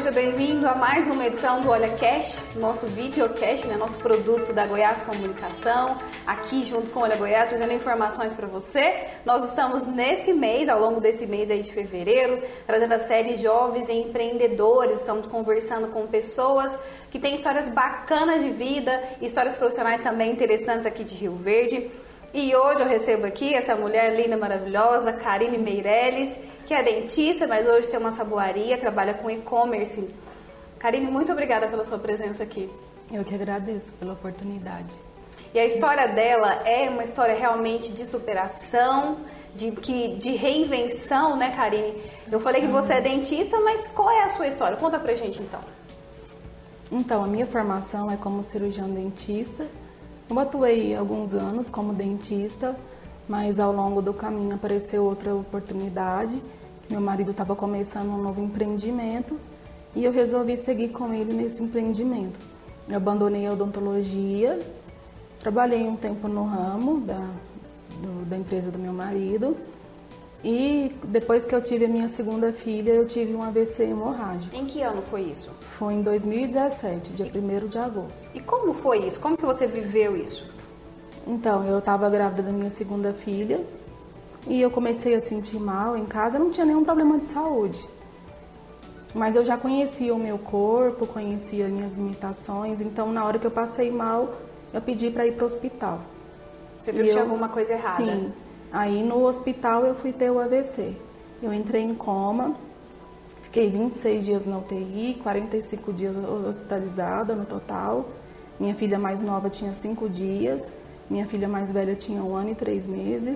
seja bem-vindo a mais uma edição do Olha Cash, nosso videocast, né, nosso produto da Goiás Comunicação, aqui junto com o Olha Goiás, trazendo informações para você. Nós estamos nesse mês, ao longo desse mês aí de fevereiro, trazendo a série Jovens e Empreendedores, estamos conversando com pessoas que têm histórias bacanas de vida, histórias profissionais também interessantes aqui de Rio Verde. E hoje eu recebo aqui essa mulher linda, maravilhosa, Karine Meirelles, que é dentista, mas hoje tem uma saboaria, trabalha com e-commerce. Karine, muito obrigada pela sua presença aqui. Eu que agradeço pela oportunidade. E a história dela é uma história realmente de superação, de reinvenção, né, Karine? Eu falei que você é dentista, mas qual é a sua história? Conta pra gente, então. Então, a minha formação é como cirurgião dentista. Eu atuei alguns anos como dentista, mas ao longo do caminho apareceu outra oportunidade. Meu marido estava começando um novo empreendimento e eu resolvi seguir com ele nesse empreendimento. Eu abandonei a odontologia, trabalhei um tempo no ramo da empresa do meu marido e depois que eu tive a minha segunda filha, eu tive um AVC hemorrágico. Em que ano foi isso? Foi em 2017, dia 1º de agosto. E como foi isso? Como que você viveu isso? Então, eu estava grávida da minha segunda filha e eu comecei a sentir mal em casa. Eu não tinha nenhum problema de saúde, mas eu já conhecia o meu corpo, conhecia as minhas limitações. Então, na hora que eu passei mal, eu pedi para ir para o hospital. Você viu que tinha alguma coisa errada? Sim. Aí no hospital eu fui ter o AVC. Eu entrei em coma, fiquei 26 dias na UTI, 45 dias hospitalizada no total. Minha filha mais nova tinha 5 dias. Minha filha mais velha tinha 1 ano e 3 meses.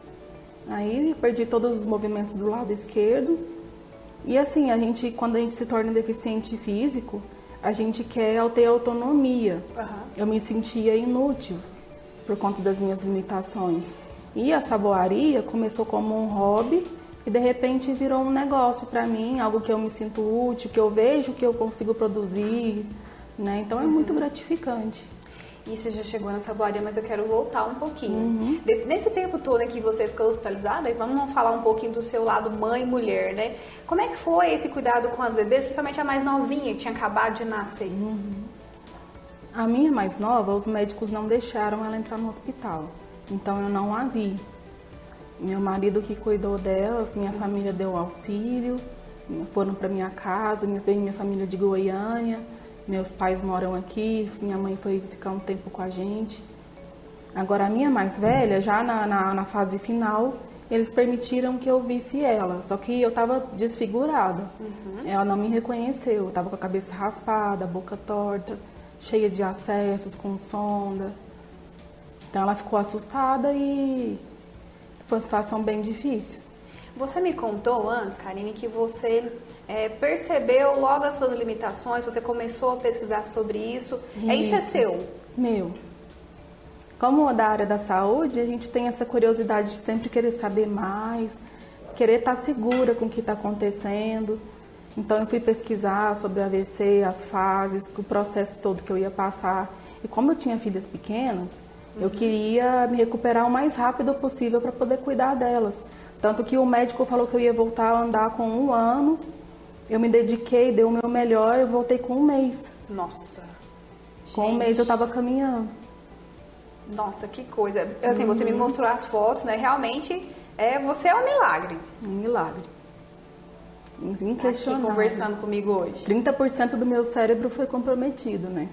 Aí perdi todos os movimentos do lado esquerdo. E assim, quando a gente se torna deficiente físico, a gente quer ter autonomia. Uhum. Eu me sentia inútil por conta das minhas limitações. E a saboaria começou como um hobby e de repente virou um negócio para mim, algo que eu me sinto útil, que eu vejo que eu consigo produzir, né? Então é muito gratificante. E você já chegou na saboaria, mas eu quero voltar um pouquinho. Nesse tempo todo em que você ficou hospitalizada, e vamos falar um pouquinho do seu lado mãe e mulher, né? Como é que foi esse cuidado com as bebês, principalmente a mais novinha, que tinha acabado de nascer? A minha mais nova, os médicos não deixaram ela entrar no hospital, então eu não a vi. Meu marido que cuidou delas, minha família deu auxílio, foram para minha casa, veio minha família de Goiânia. Meus pais moram aqui, minha mãe foi ficar um tempo com a gente. Agora, a minha mais velha, já na fase final, eles permitiram que eu visse ela. Só que eu estava desfigurada. Ela não me reconheceu. Eu estava com a cabeça raspada, a boca torta, cheia de acessos, com sonda. Então, ela ficou assustada e foi uma situação bem difícil. Você me contou antes, Karine, que você percebeu logo as suas limitações, você começou a pesquisar sobre isso. Isso é seu? Meu. Como da área da saúde, a gente tem essa curiosidade de sempre querer saber mais, querer estar segura com o que está acontecendo. Então eu fui pesquisar sobre o AVC, as fases, o processo todo que eu ia passar. E como eu tinha filhas pequenas, eu queria me recuperar o mais rápido possível para poder cuidar delas. Tanto que o médico falou que eu ia voltar a andar com 1 ano. Eu me dediquei, dei o meu melhor, eu voltei com 1 mês. Nossa! Com 1 mês eu estava caminhando. Nossa, que coisa! Assim, você me mostrou as fotos, né? Realmente, você é um milagre. Um milagre. Inquestionável. Aqui conversando comigo hoje. 30% do meu cérebro foi comprometido, né?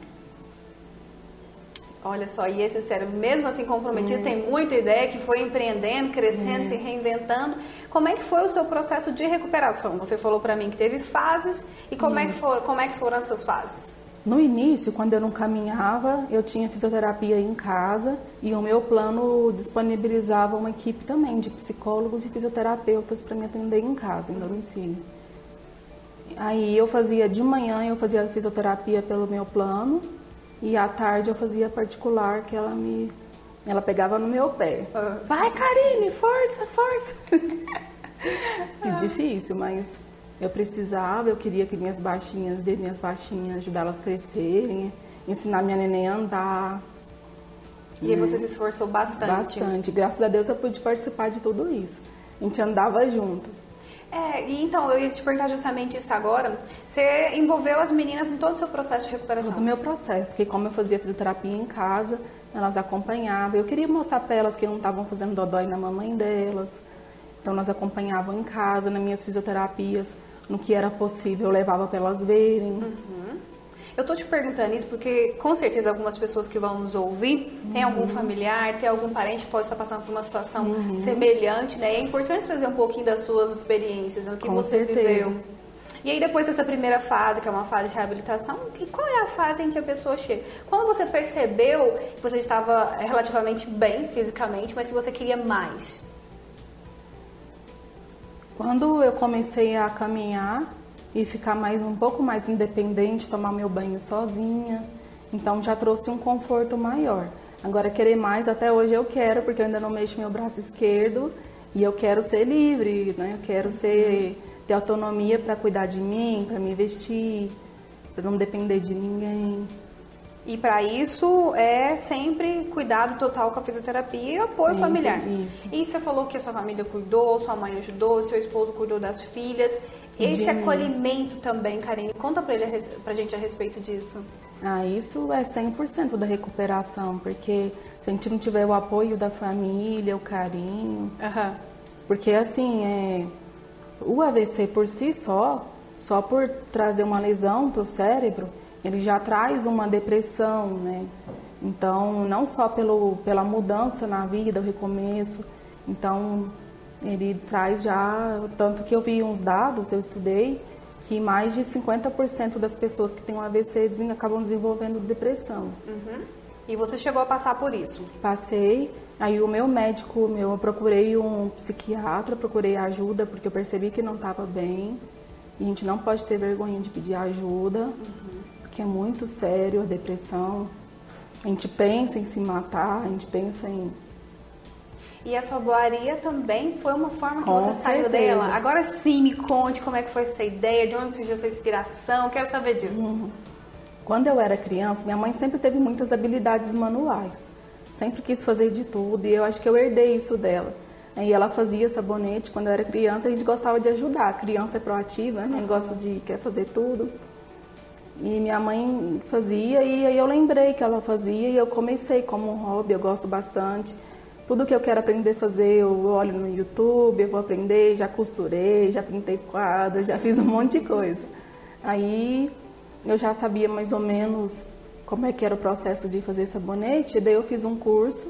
Olha só, e esse cérebro, mesmo assim comprometido, tem muita ideia, que foi empreendendo, crescendo, se reinventando. Como é que foi o seu processo de recuperação? Você falou pra mim que teve fases, e como é que foram essas fases? No início, quando eu não caminhava, eu tinha fisioterapia em casa e o meu plano disponibilizava uma equipe também de psicólogos e fisioterapeutas para me atender em casa, em domicílio. Aí eu fazia de manhã, eu fazia fisioterapia pelo meu plano e à tarde eu fazia particular, que ela pegava no meu pé. Vai, Karine, força, força! É difícil, mas eu precisava, eu queria que minhas baixinhas, ajudá-las a crescerem, ensinar minha neném a andar. E aí você se esforçou bastante. Bastante. Graças a Deus eu pude participar de tudo isso. A gente andava junto. E então, eu ia te perguntar justamente isso agora. Você envolveu as meninas em todo o seu processo de recuperação? Todo o meu processo, que como eu fazia fisioterapia em casa, elas acompanhavam. Eu queria mostrar para elas que não estavam fazendo dodói na mamãe delas. Então, nós acompanhavam em casa, nas minhas fisioterapias, no que era possível, eu levava para elas verem. Uhum. Eu tô te perguntando isso porque, com certeza, algumas pessoas que vão nos ouvir, tem algum familiar, tem algum parente que pode estar passando por uma situação semelhante, né? E é importante trazer um pouquinho das suas experiências, o que Com você certeza. viveu. E aí, depois dessa primeira fase, que é uma fase de reabilitação, e qual é a fase em que a pessoa chega? Quando você percebeu que você estava relativamente bem fisicamente, mas que você queria mais? Quando eu comecei a caminhar e ficar um pouco mais independente, tomar meu banho sozinha, então já trouxe um conforto maior. Agora querer mais, até hoje eu quero, porque eu ainda não mexo meu braço esquerdo e eu quero ser livre, né? Eu quero ter autonomia para cuidar de mim, para me vestir, para não depender de ninguém. E para isso é sempre cuidado total com a fisioterapia e apoio Sempre, familiar. isso. E você falou que a sua família cuidou, sua mãe ajudou, seu esposo cuidou das filhas. Esse acolhimento também, Karine, conta pra gente a respeito disso. Isso é 100% da recuperação, porque se a gente não tiver o apoio da família, o carinho... Porque assim, o AVC por si só por trazer uma lesão para o cérebro, ele já traz uma depressão, né? Então, não só pela mudança na vida, o recomeço, então ele traz já, tanto que eu vi uns dados, eu estudei, que mais de 50% das pessoas que têm um AVC acabam desenvolvendo depressão. E você chegou a passar por isso? Passei, aí o meu médico, eu procurei um psiquiatra, procurei ajuda, porque eu percebi que não estava bem, e a gente não pode ter vergonha de pedir ajuda, porque é muito sério a depressão. A gente pensa em se matar, a gente pensa em... E a sua boaria também foi uma forma que Com você saiu certeza. dela? Agora sim, me conte como é que foi essa ideia, de onde surgiu essa inspiração, quero saber disso. Quando eu era criança, minha mãe sempre teve muitas habilidades manuais. Sempre quis fazer de tudo e eu acho que eu herdei isso dela. E ela fazia sabonete quando eu era criança, a gente gostava de ajudar. A criança é proativa, né? Quer fazer tudo. E minha mãe fazia e aí eu lembrei que ela fazia e eu comecei como um hobby, eu gosto bastante. Tudo que eu quero aprender a fazer, eu olho no YouTube, eu vou aprender, já costurei, já pintei quadros, já fiz um monte de coisa. Aí eu já sabia mais ou menos como é que era o processo de fazer sabonete, daí eu fiz um curso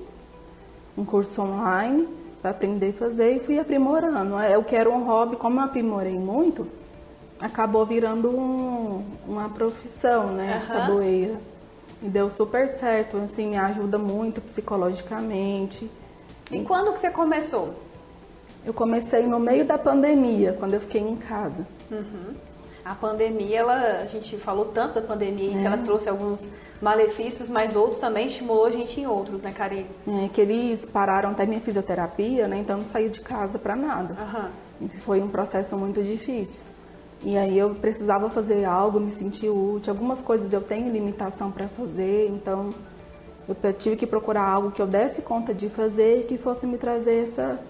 online para aprender a fazer e fui aprimorando. Eu quero um hobby, como eu aprimorei muito, acabou virando uma profissão, né, saboeira. E deu super certo, assim, me ajuda muito psicologicamente. E quando que você começou? Eu comecei no meio da pandemia, quando eu fiquei em casa. A pandemia, a gente falou tanto da pandemia que ela trouxe alguns malefícios, mas outros também estimulou a gente em outros, né, Karine? Que eles pararam até minha fisioterapia, né, então eu não saí de casa para nada. Foi um processo muito difícil. E aí eu precisava fazer algo, me sentir útil. Algumas coisas eu tenho limitação para fazer, então eu tive que procurar algo que eu desse conta de fazer e que fosse me trazer essa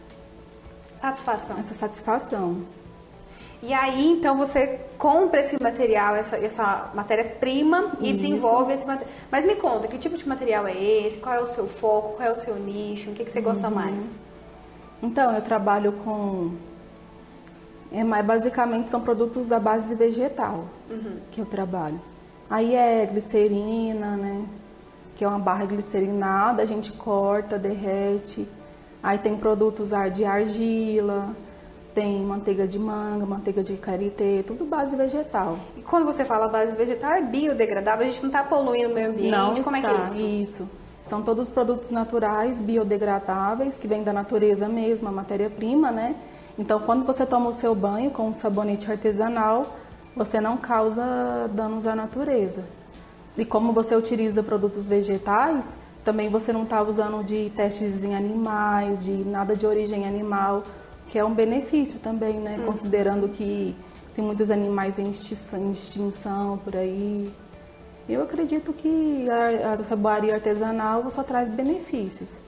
satisfação. E aí, então, você compra esse material, essa matéria-prima e desenvolve esse material. Mas me conta, que tipo de material é esse? Qual é o seu foco? Qual é o seu nicho? O que você gosta mais? Então, eu trabalho com... mas basicamente são produtos à base vegetal que eu trabalho. Aí é glicerina, né? Que é uma barra glicerinada, a gente corta, derrete. Aí tem produtos de argila, tem manteiga de manga, manteiga de karité, tudo base vegetal. E quando você fala base vegetal, é biodegradável? A gente não está poluindo o meio ambiente? Não Como está, é que é isso? Isso. São todos produtos naturais, biodegradáveis, que vêm da natureza mesmo, a matéria-prima, né? Então, quando você toma o seu banho com um sabonete artesanal, você não causa danos à natureza. E como você utiliza produtos vegetais, também você não está usando de testes em animais, de nada de origem animal, que é um benefício também, né? Considerando que tem muitos animais em extinção por aí. Eu acredito que a saboaria artesanal só traz benefícios.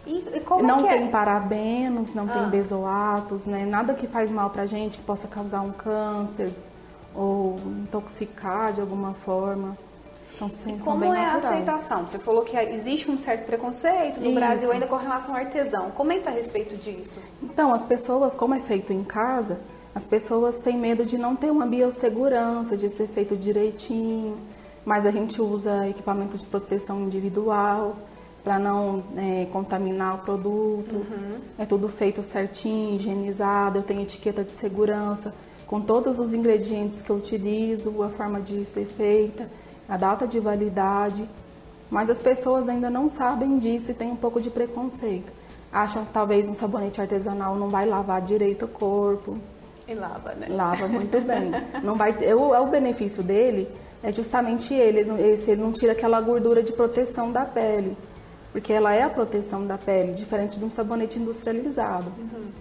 E como não é que tem parabenos, não tem benzoatos, né? Nada que faz mal pra gente, que possa causar um câncer ou intoxicar de alguma forma. São Como bem é a naturais. aceitação? Você falou que existe um certo preconceito no Brasil ainda com relação ao artesão. Comenta a respeito disso. Então, as pessoas, como é feito em casa, as pessoas têm medo de não ter uma biossegurança, de ser feito direitinho, mas a gente usa equipamento de proteção individual para não contaminar o produto. É tudo feito certinho, higienizado, eu tenho etiqueta de segurança com todos os ingredientes que eu utilizo, a forma de ser feita, a data de validade, mas as pessoas ainda não sabem disso e têm um pouco de preconceito. Acham que talvez um sabonete artesanal não vai lavar direito o corpo. E lava, né? Lava muito bem. Não vai, o benefício dele é justamente ele não tira aquela gordura de proteção da pele, porque ela é a proteção da pele, diferente de um sabonete industrializado.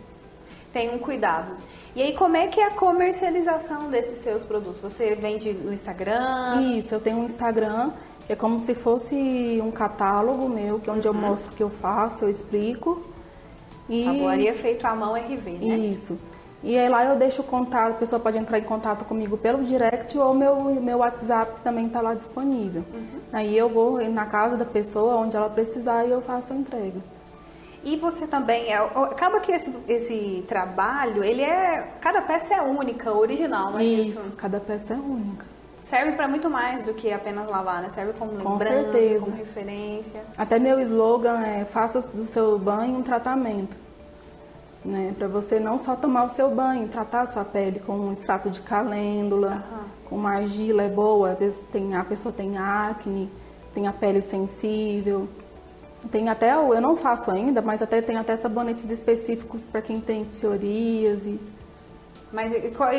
Tem um cuidado. E aí, como é que é a comercialização desses seus produtos? Você vende no Instagram? Isso, eu tenho um Instagram, é como se fosse um catálogo meu, que é onde eu mostro o que eu faço, eu explico. Saboaria feito à mão RV, né? Isso. E aí lá eu deixo o contato, a pessoa pode entrar em contato comigo pelo direct ou meu WhatsApp também está lá disponível. Aí eu vou na casa da pessoa, onde ela precisar, e eu faço a entrega. E você também, acaba que esse trabalho, cada peça é única, original, não é isso? Isso, cada peça é única. Serve para muito mais do que apenas lavar, né? Serve como lembrança, certeza. como referência. Até meu slogan é: faça do seu banho um tratamento. Né? Para você não só tomar o seu banho, tratar a sua pele com um extrato de calêndula, com uma argila é boa. Às vezes a pessoa tem acne, tem a pele sensível. Tem até, eu não faço ainda, mas tem até sabonetes específicos para quem tem psoríase. Mas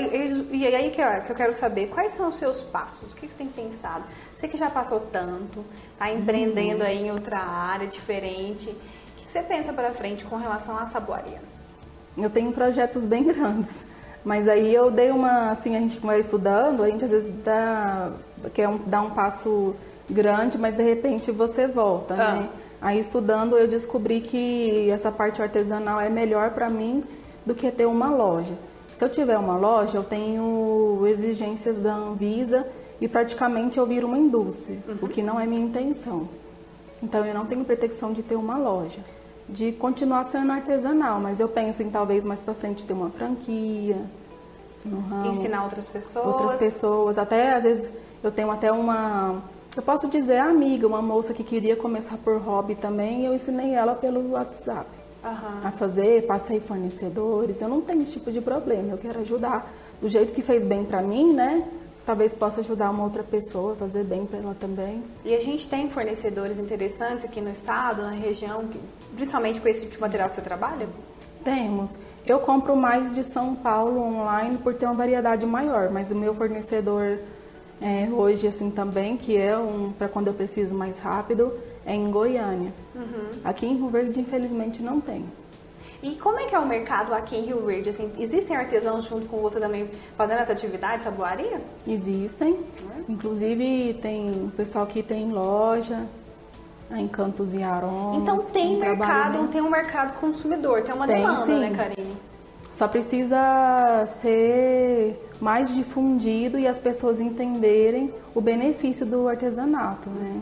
e aí que eu quero saber, quais são os seus passos? O que você tem pensado? Você que já passou tanto, está empreendendo aí em outra área diferente. O que você pensa para frente com relação à saboaria? Eu tenho projetos bem grandes, mas aí eu dei assim, a gente vai estudando, a gente às vezes quer dar um passo grande, mas de repente você volta, né? Aí estudando eu descobri que essa parte artesanal é melhor para mim do que ter uma loja. Se eu tiver uma loja, eu tenho exigências da Anvisa e praticamente eu viro uma indústria, o que não é minha intenção. Então eu não tenho pretensão de ter uma loja, de continuar sendo artesanal, mas eu penso em talvez mais para frente ter uma franquia, no ramo, ensinar outras pessoas. Outras pessoas, até às vezes eu tenho até eu posso dizer amiga, uma moça que queria começar por hobby também, e eu ensinei ela pelo WhatsApp a fazer, passei fornecedores, eu não tenho esse tipo de problema, eu quero ajudar do jeito que fez bem pra mim, né? Talvez possa ajudar uma outra pessoa, fazer bem pra ela também. E a gente tem fornecedores interessantes aqui no estado, na região, principalmente com esse tipo de material que você trabalha? Temos. Eu compro mais de São Paulo online por ter uma variedade maior, mas o meu fornecedor hoje assim também, que é para quando eu preciso mais rápido, é em Goiânia. Aqui em Rio Verde, infelizmente, não tem. E como é que é o mercado aqui em Rio Verde? Assim, existem artesãos junto com você também fazendo essa atividade, saboaria? Existem. Inclusive, tem pessoal que tem loja, a Encantos e Aromas. Então tem mercado, tem um mercado consumidor, tem uma demanda, sim, né, Karine? Só precisa ser mais difundido e as pessoas entenderem o benefício do artesanato, né?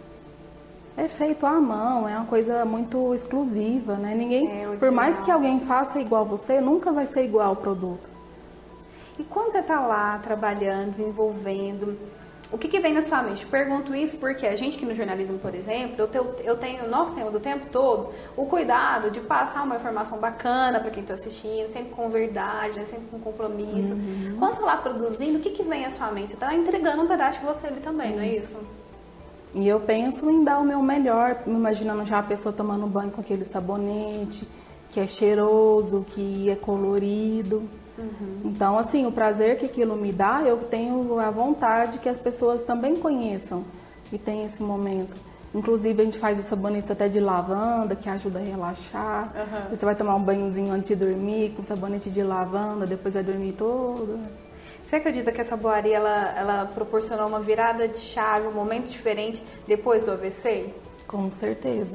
É feito à mão, é uma coisa muito exclusiva, né? Ninguém, por mais que alguém faça igual você, nunca vai ser igual ao produto. E quando você está lá trabalhando, desenvolvendo, o que vem na sua mente? Pergunto isso porque a gente que no jornalismo, por exemplo, nós temos o tempo todo o cuidado de passar uma informação bacana para quem está assistindo, sempre com verdade, né? Sempre com compromisso. Quando você está lá produzindo, o que vem à sua mente? Você está entregando um pedaço de você ali também, não é isso? E eu penso em dar o meu melhor, imaginando já a pessoa tomando banho com aquele sabonete, que é cheiroso, que é colorido. Então, assim, o prazer que aquilo me dá, eu tenho a vontade que as pessoas também conheçam e tenham esse momento. Inclusive, a gente faz os sabonetes até de lavanda, que ajuda a relaxar. Você vai tomar um banhozinho antes de dormir com sabonete de lavanda, depois vai dormir todo. Você acredita que a saboaria ela proporcionou uma virada de chave, um momento diferente depois do AVC? Com certeza.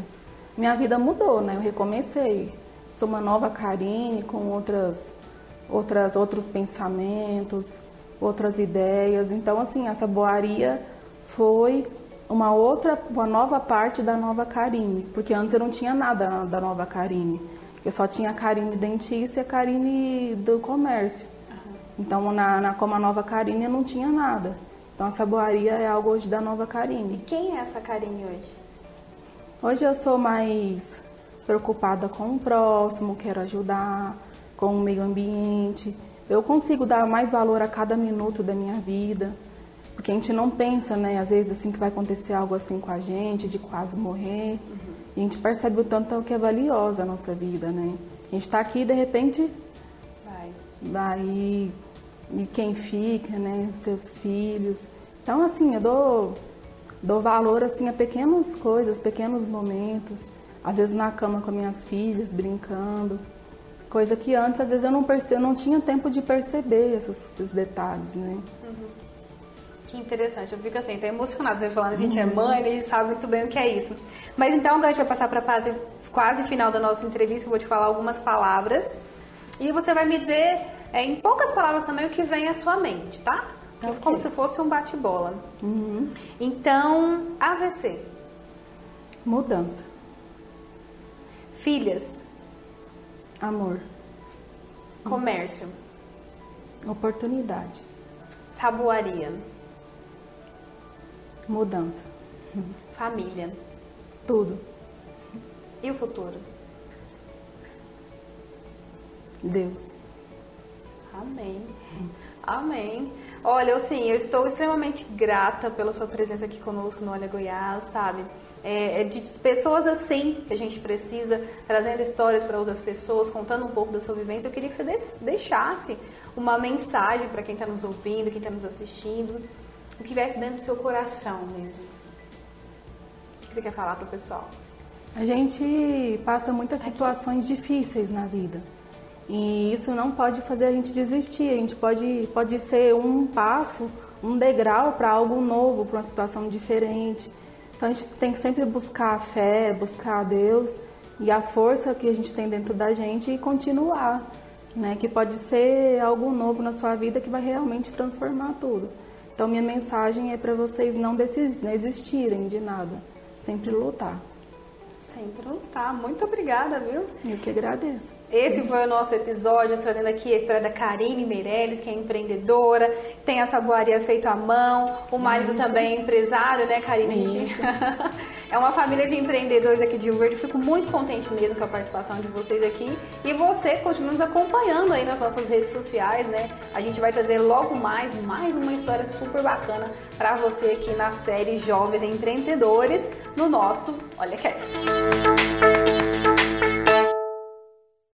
minha vida mudou, né? Eu recomecei. Sou uma nova Karine com outros pensamentos, outras ideias. Então, assim, essa boaria foi uma nova parte da nova Karine, porque antes eu não tinha nada da nova Karine. Eu só tinha a Karine dentista e a Karine do comércio. Então, como a nova Karine, eu não tinha nada. Então, essa boaria é algo hoje da nova Karine. E quem é essa Karine hoje? Hoje eu sou mais preocupada com o próximo, quero ajudar, com o meio ambiente. Eu consigo dar mais valor a cada minuto da minha vida, porque a gente não pensa, né, às vezes assim que vai acontecer algo assim com a gente, de quase morrer. E a gente percebe o tanto que é valiosa a nossa vida, né? A gente está aqui e de repente vai e quem fica, né, seus filhos. Então assim, eu dou valor assim a pequenas coisas, pequenos momentos. Às vezes na cama com minhas filhas, brincando. Coisa que antes, às vezes, eu não tinha tempo de perceber esses detalhes, né? Que interessante. Eu fico assim, tô emocionada você falando, a gente é mãe, a gente sabe muito bem o que é isso. Mas então, agora a gente vai passar para a fase quase final da nossa entrevista, eu vou te falar algumas palavras. E você vai me dizer, em poucas palavras também, o que vem à sua mente, tá? Okay. Como se fosse um bate-bola. Então, AVC. Mudança. Filhas. Amor. Comércio. Oportunidade. Saboaria. Mudança. Família. Tudo. E o futuro? Deus. Amém. Amém. Olha, assim, eu estou extremamente grata pela sua presença aqui conosco no Olha Goiás, sabe? É de pessoas assim que a gente precisa, trazendo histórias para outras pessoas, contando um pouco da sua vivência. Eu queria que você deixasse uma mensagem para quem está nos ouvindo, quem está nos assistindo, o que viesse dentro do seu coração mesmo. O que você quer falar para o pessoal? A gente passa muitas situações difíceis na vida. E isso não pode fazer a gente desistir. A gente pode ser um passo, um degrau para algo novo, para uma situação diferente. Então a gente tem que sempre buscar a fé, buscar a Deus e a força que a gente tem dentro da gente e continuar, né? Que pode ser algo novo na sua vida que vai realmente transformar tudo. Então minha mensagem é para vocês não desistirem de nada, sempre lutar. Sempre lutar. Muito obrigada, viu? Eu que agradeço. Esse foi o nosso episódio, trazendo aqui a história da Karine Meirelles, que é empreendedora, tem a saboaria feita à mão, o marido também é empresário, né, Karine? É uma família de empreendedores aqui de Rio Verde. Fico muito contente mesmo com a participação de vocês aqui. E você continua nos acompanhando aí nas nossas redes sociais, né? A gente vai trazer logo mais uma história super bacana para você aqui na série Jovens Empreendedores, no nosso Olha Cast.